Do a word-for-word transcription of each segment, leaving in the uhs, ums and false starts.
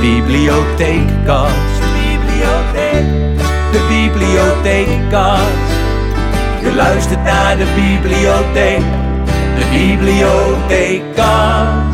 bibliotheekkast. De bibliotheek. De bibliotheekkast. Je luistert naar de bibliotheek. De bibliotheekkast.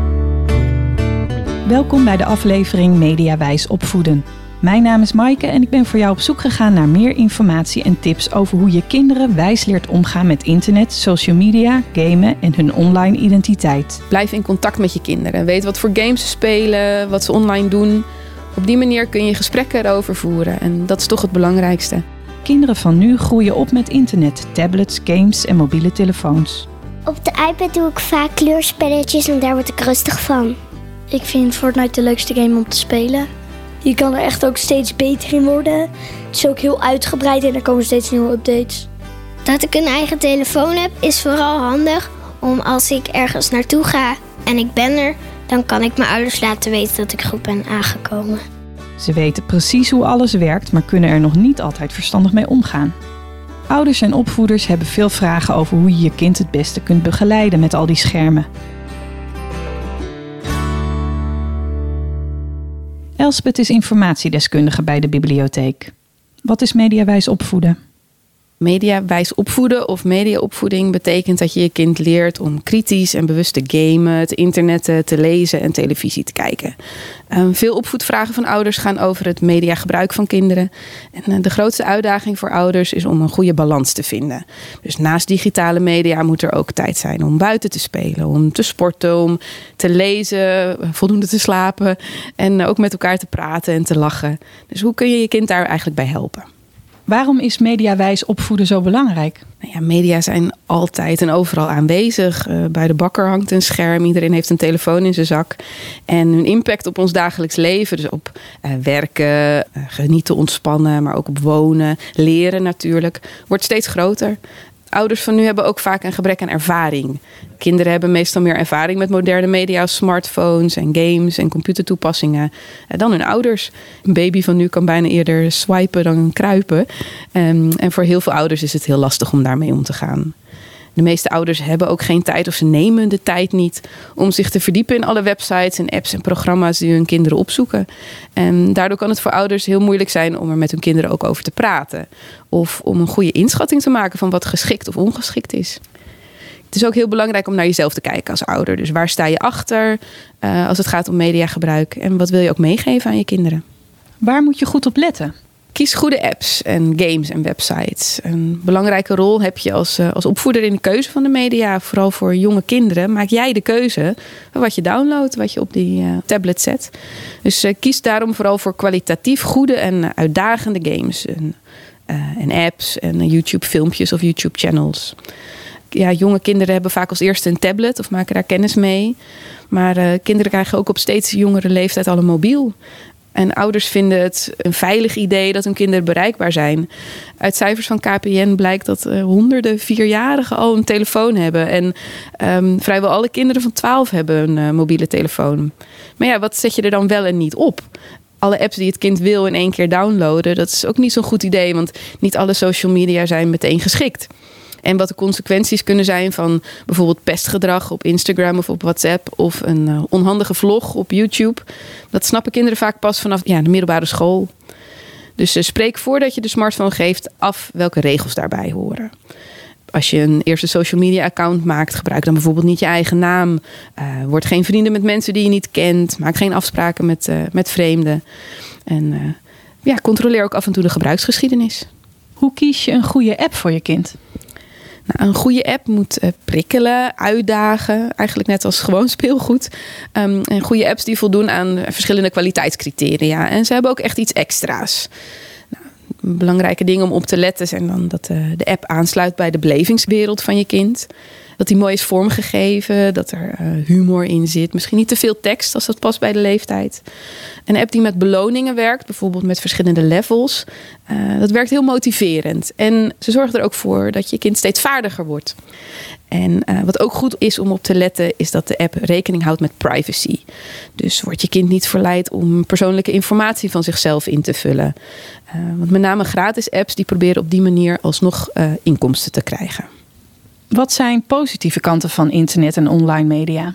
Welkom bij de aflevering Mediawijs opvoeden. Mijn naam is Maaike en ik ben voor jou op zoek gegaan naar meer informatie en tips over hoe je kinderen wijs leert omgaan met internet, social media, gamen en hun online identiteit. Blijf in contact met je kinderen. Weet wat voor games ze spelen, wat ze online doen. Op die manier kun je gesprekken erover voeren en dat is toch het belangrijkste. Kinderen van nu groeien op met internet, tablets, games en mobiele telefoons. Op de iPad doe ik vaak kleurspelletjes en daar word ik rustig van. Ik vind Fortnite de leukste game om te spelen. Je kan er echt ook steeds beter in worden. Het is ook heel uitgebreid en er komen steeds nieuwe updates. Dat ik een eigen telefoon heb is vooral handig om als ik ergens naartoe ga en ik ben er, dan kan ik mijn ouders laten weten dat ik goed ben aangekomen. Ze weten precies hoe alles werkt, maar kunnen er nog niet altijd verstandig mee omgaan. Ouders en opvoeders hebben veel vragen over hoe je je kind het beste kunt begeleiden met al die schermen. Elspeth is informatiedeskundige bij de bibliotheek. Wat is mediawijs opvoeden? Mediawijs opvoeden of mediaopvoeding betekent dat je je kind leert om kritisch en bewust te gamen, te internetten, te lezen en televisie te kijken. Um, veel opvoedvragen van ouders gaan over het mediagebruik van kinderen. En uh, de grootste uitdaging voor ouders is om een goede balans te vinden. Dus naast digitale media moet er ook tijd zijn om buiten te spelen, om te sporten, om te lezen, voldoende te slapen en ook met elkaar te praten en te lachen. Dus hoe kun je je kind daar eigenlijk bij helpen? Waarom is mediawijs opvoeden zo belangrijk? Nou ja, media zijn altijd en overal aanwezig. Uh, bij de bakker hangt een scherm. Iedereen heeft een telefoon in zijn zak. En hun impact op ons dagelijks leven, dus op uh, werken, uh, genieten, ontspannen, maar ook op wonen, leren natuurlijk, wordt steeds groter. Ouders van nu hebben ook vaak een gebrek aan ervaring. Kinderen hebben meestal meer ervaring met moderne media, smartphones en games en computertoepassingen dan hun ouders. Een baby van nu kan bijna eerder swipen dan kruipen. En, en voor heel veel ouders is het heel lastig om daarmee om te gaan. De meeste ouders hebben ook geen tijd of ze nemen de tijd niet om zich te verdiepen in alle websites en apps en programma's die hun kinderen opzoeken. En daardoor kan het voor ouders heel moeilijk zijn om er met hun kinderen ook over te praten. Of om een goede inschatting te maken van wat geschikt of ongeschikt is. Het is ook heel belangrijk om naar jezelf te kijken als ouder. Dus waar sta je achter uh, als het gaat om mediagebruik? En wat wil je ook meegeven aan je kinderen? Waar moet je goed op letten? Kies goede apps en games en websites. Een belangrijke rol heb je als, als opvoeder in de keuze van de media. Vooral voor jonge kinderen maak jij de keuze van wat je downloadt, wat je op die uh, tablet zet. Dus uh, kies daarom vooral voor kwalitatief goede en uitdagende games. En, uh, en apps en uh, YouTube filmpjes of YouTube channels. Ja, jonge kinderen hebben vaak als eerste een tablet of maken daar kennis mee. Maar uh, kinderen krijgen ook op steeds jongere leeftijd al een mobiel. En ouders vinden het een veilig idee dat hun kinderen bereikbaar zijn. Uit cijfers van K P N blijkt dat uh, honderden vierjarigen al een telefoon hebben. En um, vrijwel alle kinderen van twaalf hebben een uh, mobiele telefoon. Maar ja, wat zet je er dan wel en niet op? Alle apps die het kind wil in één keer downloaden, dat is ook niet zo'n goed idee. Want niet alle social media zijn meteen geschikt. En wat de consequenties kunnen zijn van bijvoorbeeld pestgedrag op Instagram of op WhatsApp of een uh, onhandige vlog op YouTube. Dat snappen kinderen vaak pas vanaf ja, de middelbare school. Dus uh, spreek voordat je de smartphone geeft af welke regels daarbij horen. Als je een eerste social media account maakt, gebruik dan bijvoorbeeld niet je eigen naam. Uh, word geen vrienden met mensen die je niet kent. Maak geen afspraken met, uh, met vreemden. En uh, ja, controleer ook af en toe de gebruiksgeschiedenis. Hoe kies je een goede app voor je kind? Nou, een goede app moet uh, prikkelen, uitdagen. Eigenlijk net als gewoon speelgoed. Um, en goede apps die voldoen aan verschillende kwaliteitscriteria. En ze hebben ook echt iets extra's. Nou, belangrijke dingen om op te letten zijn dan dat uh, de app aansluit bij de belevingswereld van je kind. Dat die mooi is vormgegeven, dat er uh, humor in zit. Misschien niet te veel tekst als dat past bij de leeftijd. Een app die met beloningen werkt, bijvoorbeeld met verschillende levels. Uh, dat werkt heel motiverend. En ze zorgt er ook voor dat je kind steeds vaardiger wordt. En uh, wat ook goed is om op te letten, is dat de app rekening houdt met privacy. Dus wordt je kind niet verleid om persoonlijke informatie van zichzelf in te vullen. Uh, want met name gratis apps die proberen op die manier alsnog uh, inkomsten te krijgen. Wat zijn positieve kanten van internet en online media?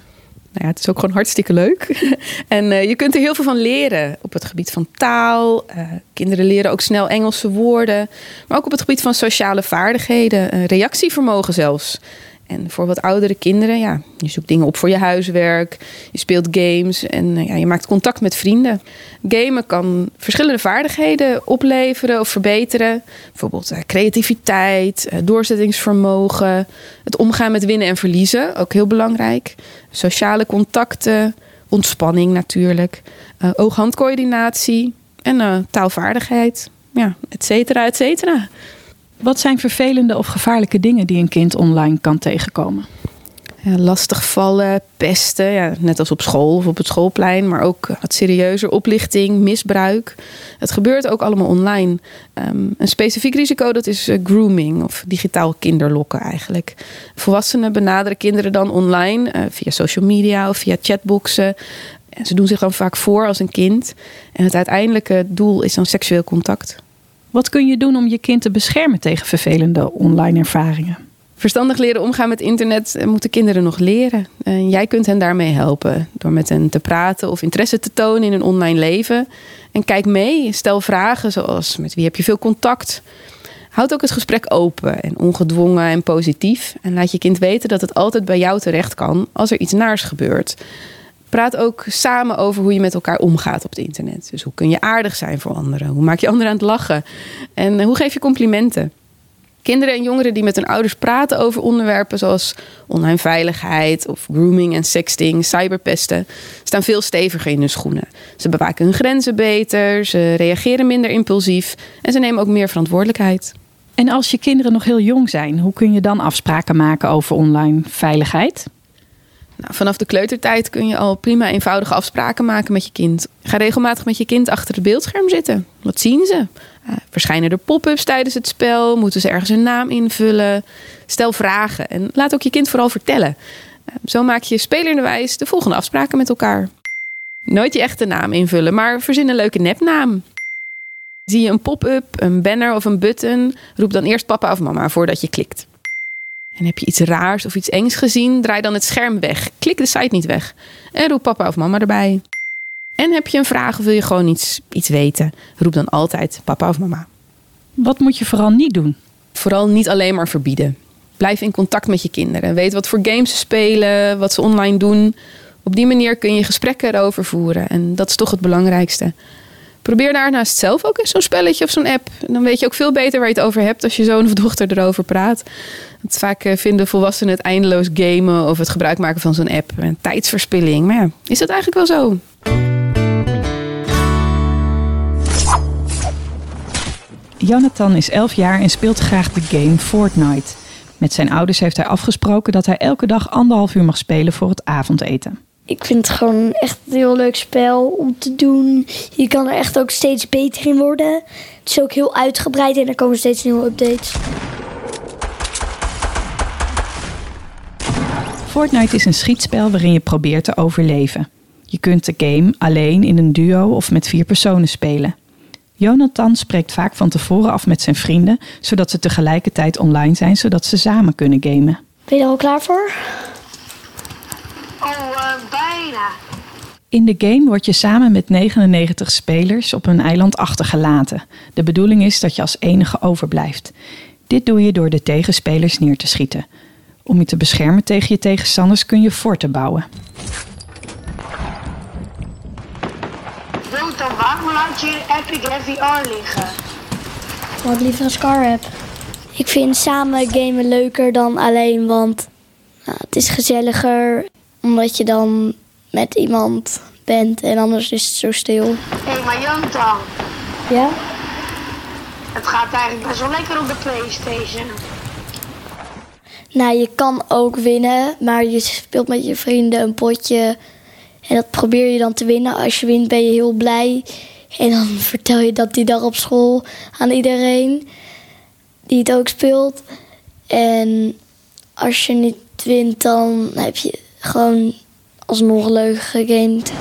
Nou ja, het is ook gewoon hartstikke leuk. en uh, je kunt er heel veel van leren op het gebied van taal. Uh, kinderen leren ook snel Engelse woorden. Maar ook op het gebied van sociale vaardigheden. Uh, reactievermogen zelfs. En voor wat oudere kinderen, ja, je zoekt dingen op voor je huiswerk. Je speelt games en uh, ja, je maakt contact met vrienden. Gamen kan verschillende vaardigheden opleveren of verbeteren. Bijvoorbeeld uh, creativiteit, uh, doorzettingsvermogen. Het omgaan met winnen en verliezen, ook heel belangrijk. Sociale contacten, ontspanning natuurlijk. Uh, oog-handcoördinatie en uh, taalvaardigheid. Ja, et cetera, et cetera. Wat zijn vervelende of gevaarlijke dingen die een kind online kan tegenkomen? Ja, lastigvallen, pesten, ja, net als op school of op het schoolplein. Maar ook wat serieuzer oplichting, misbruik. Het gebeurt ook allemaal online. Um, een specifiek risico, dat is uh, grooming of digitaal kinderlokken eigenlijk. Volwassenen benaderen kinderen dan online uh, via social media of via chatboxen. En ze doen zich dan vaak voor als een kind. En het uiteindelijke doel is dan seksueel contact. Wat kun je doen om je kind te beschermen tegen vervelende online ervaringen? Verstandig leren omgaan met internet moeten kinderen nog leren. En jij kunt hen daarmee helpen door met hen te praten of interesse te tonen in hun online leven. En kijk mee, stel vragen zoals met wie heb je veel contact. Houd ook het gesprek open en ongedwongen en positief. En laat je kind weten dat het altijd bij jou terecht kan als er iets naars gebeurt. Praat ook samen over hoe je met elkaar omgaat op het internet. Dus hoe kun je aardig zijn voor anderen? Hoe maak je anderen aan het lachen? En hoe geef je complimenten? Kinderen en jongeren die met hun ouders praten over onderwerpen zoals online veiligheid of grooming en sexting, cyberpesten, staan veel steviger in hun schoenen. Ze bewaken hun grenzen beter, ze reageren minder impulsief en ze nemen ook meer verantwoordelijkheid. En als je kinderen nog heel jong zijn, hoe kun je dan afspraken maken over online veiligheid? Nou, vanaf de kleutertijd kun je al prima eenvoudige afspraken maken met je kind. Ga regelmatig met je kind achter het beeldscherm zitten. Wat zien ze? Uh, verschijnen er pop-ups tijdens het spel? Moeten ze ergens een naam invullen? Stel vragen en laat ook je kind vooral vertellen. Uh, zo maak je spelenderwijs de volgende afspraken met elkaar. Nooit je echte naam invullen, maar verzin een leuke nepnaam. Zie je een pop-up, een banner of een button? Roep dan eerst papa of mama voordat je klikt. En heb je iets raars of iets engs gezien, draai dan het scherm weg. Klik de site niet weg. En roep papa of mama erbij. En heb je een vraag of wil je gewoon iets, iets weten? Roep dan altijd papa of mama. Wat moet je vooral niet doen? Vooral niet alleen maar verbieden. Blijf in contact met je kinderen. Weet wat voor games ze spelen, wat ze online doen. Op die manier kun je gesprekken erover voeren. En dat is toch het belangrijkste. Probeer daarnaast zelf ook eens zo'n spelletje of zo'n app. En dan weet je ook veel beter waar je het over hebt als je zoon of dochter erover praat. Want vaak vinden volwassenen het eindeloos gamen of het gebruik maken van zo'n app een tijdsverspilling. Maar ja, is dat eigenlijk wel zo? Jonathan is elf jaar en speelt graag de game Fortnite. Met zijn ouders heeft hij afgesproken dat hij elke dag anderhalf uur mag spelen voor het avondeten. Ik vind het gewoon echt een heel leuk spel om te doen. Je kan er echt ook steeds beter in worden. Het is ook heel uitgebreid en er komen steeds nieuwe updates. Fortnite is een schietspel waarin je probeert te overleven. Je kunt de game alleen, in een duo of met vier personen spelen. Jonathan spreekt vaak van tevoren af met zijn vrienden, zodat ze tegelijkertijd online zijn, zodat ze samen kunnen gamen. Ben je er al klaar voor? Oh, uh, bijna. In de game word je samen met negenennegentig spelers op een eiland achtergelaten. De bedoeling is dat je als enige overblijft. Dit doe je door de tegenspelers neer te schieten. Om je te beschermen tegen je tegenstanders kun je forten bouwen. Jonathan, waarom laat je Epic Heavy R liggen? Wat liever een Scar heb. Ik vind samen gamen leuker dan alleen, want nou, het is gezelliger. Omdat je dan met iemand bent en anders is het zo stil. Hé, hey, maar Jonathan. Ja? Het gaat eigenlijk best wel lekker op de PlayStation. Nou, je kan ook winnen, maar je speelt met je vrienden een potje. En dat probeer je dan te winnen. Als je wint ben je heel blij. En dan vertel je dat die dag op school aan iedereen die het ook speelt. En als je niet wint, dan heb je gewoon alsnog leuk gegamed.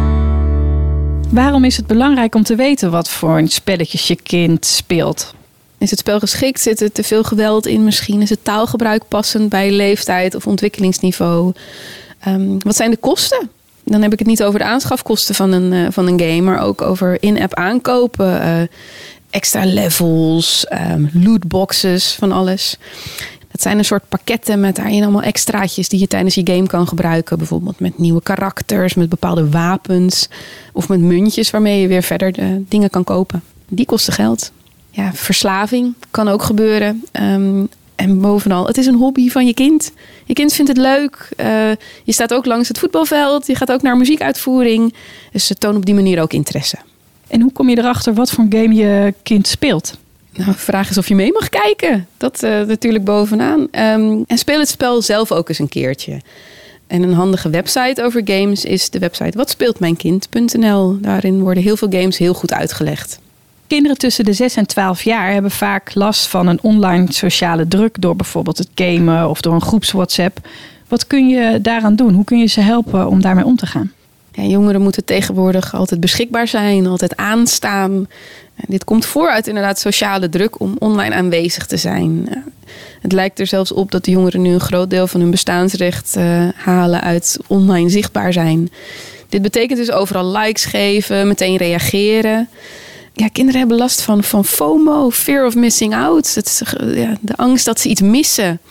Waarom is het belangrijk om te weten wat voor spelletjes je kind speelt? Is het spel geschikt? Zit er te veel geweld in misschien? Is het taalgebruik passend bij leeftijd of ontwikkelingsniveau? Um, wat zijn de kosten? Dan heb ik het niet over de aanschafkosten van een, uh, van een game, maar ook over in-app aankopen, uh, extra levels, um, lootboxes, van alles. Dat zijn een soort pakketten met daarin allemaal extraatjes die je tijdens je game kan gebruiken. Bijvoorbeeld met nieuwe karakters, met bepaalde wapens of met muntjes waarmee je weer verder de dingen kan kopen. Die kosten geld. Ja, verslaving kan ook gebeuren. Um, en bovenal, het is een hobby van je kind. Je kind vindt het leuk. Uh, je staat ook langs het voetbalveld. Je gaat ook naar muziekuitvoering. Dus ze tonen op die manier ook interesse. En hoe kom je erachter wat voor game je kind speelt? Nou, de vraag is of je mee mag kijken. Dat uh, natuurlijk bovenaan. Um, en speel het spel zelf ook eens een keertje. En een handige website over games is de website wat speelt mijn kind punt n l. Daarin worden heel veel games heel goed uitgelegd. Kinderen tussen de zes en twaalf jaar hebben vaak last van een online sociale druk door bijvoorbeeld het gamen of door een groeps WhatsApp. Wat kun je daaraan doen? Hoe kun je ze helpen om daarmee om te gaan? Ja, jongeren moeten tegenwoordig altijd beschikbaar zijn, altijd aanstaan. En dit komt voor uit inderdaad sociale druk om online aanwezig te zijn. Het lijkt er zelfs op dat de jongeren nu een groot deel van hun bestaansrecht uh, halen uit online zichtbaar zijn. Dit betekent dus overal likes geven, meteen reageren. Ja, kinderen hebben last van, van FOMO, fear of missing out. Het is, ja, de angst dat ze iets missen.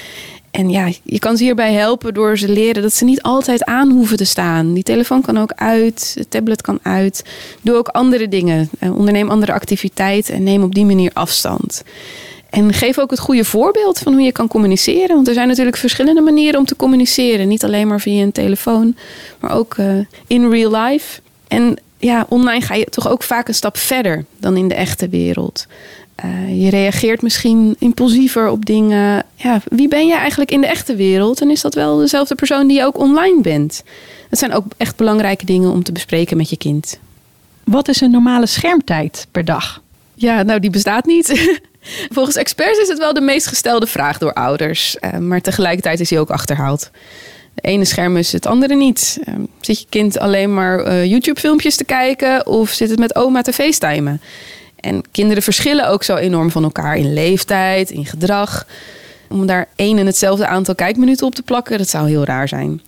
En ja, je kan ze hierbij helpen door ze leren dat ze niet altijd aan hoeven te staan. Die telefoon kan ook uit, de tablet kan uit. Doe ook andere dingen. Onderneem andere activiteiten en neem op die manier afstand. En geef ook het goede voorbeeld van hoe je kan communiceren. Want er zijn natuurlijk verschillende manieren om te communiceren. Niet alleen maar via een telefoon, maar ook uh, in real life. En ja, online ga je toch ook vaak een stap verder dan in de echte wereld. Uh, je reageert misschien impulsiever op dingen. Ja, wie ben je eigenlijk in de echte wereld? En is dat wel dezelfde persoon die je ook online bent? Dat zijn ook echt belangrijke dingen om te bespreken met je kind. Wat is een normale schermtijd per dag? Ja, nou die bestaat niet. Volgens experts is het wel de meest gestelde vraag door ouders. Uh, maar tegelijkertijd is die ook achterhaald. De ene scherm is het andere niet. Uh, zit je kind alleen maar uh, YouTube-filmpjes te kijken of zit het met oma te facetimen? En kinderen verschillen ook zo enorm van elkaar in leeftijd, in gedrag. Om daar één en hetzelfde aantal kijkminuten op te plakken, dat zou heel raar zijn.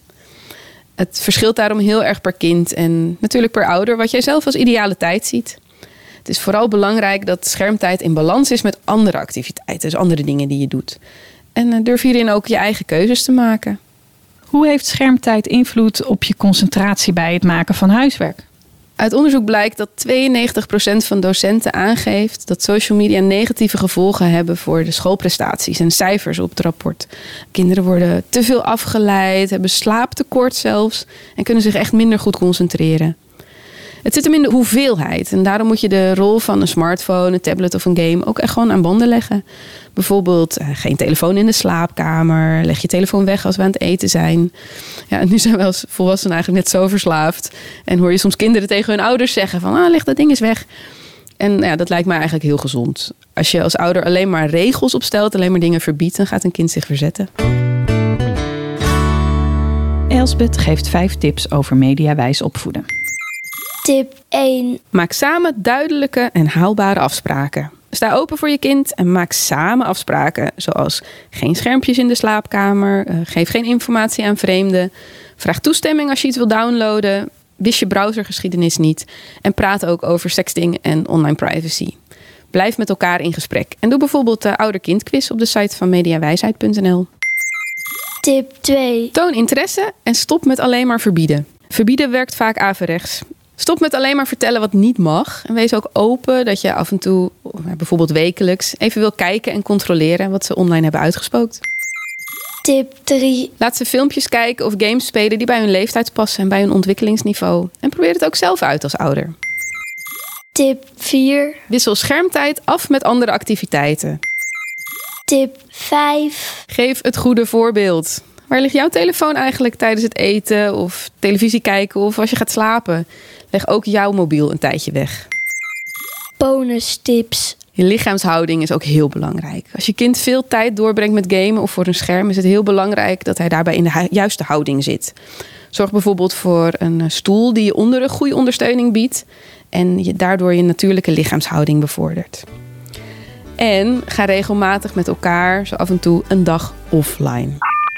Het verschilt daarom heel erg per kind en natuurlijk per ouder wat jij zelf als ideale tijd ziet. Het is vooral belangrijk dat schermtijd in balans is met andere activiteiten, dus andere dingen die je doet. En durf hierin ook je eigen keuzes te maken. Hoe heeft schermtijd invloed op je concentratie bij het maken van huiswerk? Uit onderzoek blijkt dat tweeënnegentig procent van docenten aangeeft dat social media negatieve gevolgen hebben voor de schoolprestaties en cijfers op het rapport. Kinderen worden te veel afgeleid, hebben slaaptekort zelfs en kunnen zich echt minder goed concentreren. Het zit hem in de hoeveelheid en daarom moet je de rol van een smartphone, een tablet of een game ook echt gewoon aan banden leggen. Bijvoorbeeld uh, geen telefoon in de slaapkamer, leg je telefoon weg als we aan het eten zijn. Ja, en nu zijn we als volwassenen eigenlijk net zo verslaafd en hoor je soms kinderen tegen hun ouders zeggen van ah, leg dat ding eens weg. En ja, dat lijkt mij eigenlijk heel gezond. Als je als ouder alleen maar regels opstelt, alleen maar dingen verbiedt, dan gaat een kind zich verzetten. Elsbeth geeft vijf tips over mediawijs opvoeden. Tip één. Maak samen duidelijke en haalbare afspraken. Sta open voor je kind en maak samen afspraken. Zoals geen schermpjes in de slaapkamer. Uh, geef geen informatie aan vreemden. Vraag toestemming als je iets wil downloaden. Wist je browsergeschiedenis niet. En praat ook over sexting en online privacy. Blijf met elkaar in gesprek. En doe bijvoorbeeld de ouder-kindquiz op de site van mediawijsheid punt n l. Tip twee. Toon interesse en stop met alleen maar verbieden. Verbieden werkt vaak averechts. Stop met alleen maar vertellen wat niet mag. En wees ook open dat je af en toe, bijvoorbeeld wekelijks, even wil kijken en controleren wat ze online hebben uitgespookt. Tip drie. Laat ze filmpjes kijken of games spelen die bij hun leeftijd passen en bij hun ontwikkelingsniveau. En probeer het ook zelf uit als ouder. Tip vier. Wissel schermtijd af met andere activiteiten. Tip vijf. Geef het goede voorbeeld. Waar ligt jouw telefoon eigenlijk tijdens het eten of televisie kijken of als je gaat slapen? Leg ook jouw mobiel een tijdje weg. Bonus tips. Je lichaamshouding is ook heel belangrijk. Als je kind veel tijd doorbrengt met gamen of voor een scherm, is het heel belangrijk dat hij daarbij in de hu- juiste houding zit. Zorg bijvoorbeeld voor een stoel die je onderrug goede ondersteuning biedt en je daardoor je natuurlijke lichaamshouding bevordert. En ga regelmatig met elkaar zo af en toe een dag offline.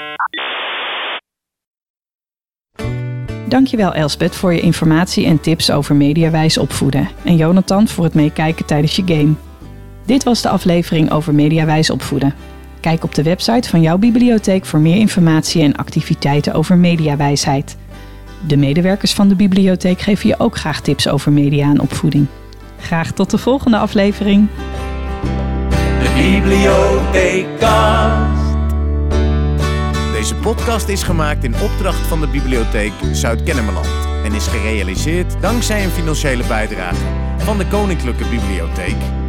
Dankjewel Elsbeth voor je informatie en tips over mediawijs opvoeden. En Jonathan voor het meekijken tijdens je game. Dit was de aflevering over mediawijs opvoeden. Kijk op de website van jouw bibliotheek voor meer informatie en activiteiten over mediawijsheid. De medewerkers van de bibliotheek geven je ook graag tips over media en opvoeding. Graag tot de volgende aflevering. De Bibliotheekkast. Deze podcast is gemaakt in opdracht van de Bibliotheek Zuid-Kennemerland en is gerealiseerd dankzij een financiële bijdrage van de Koninklijke Bibliotheek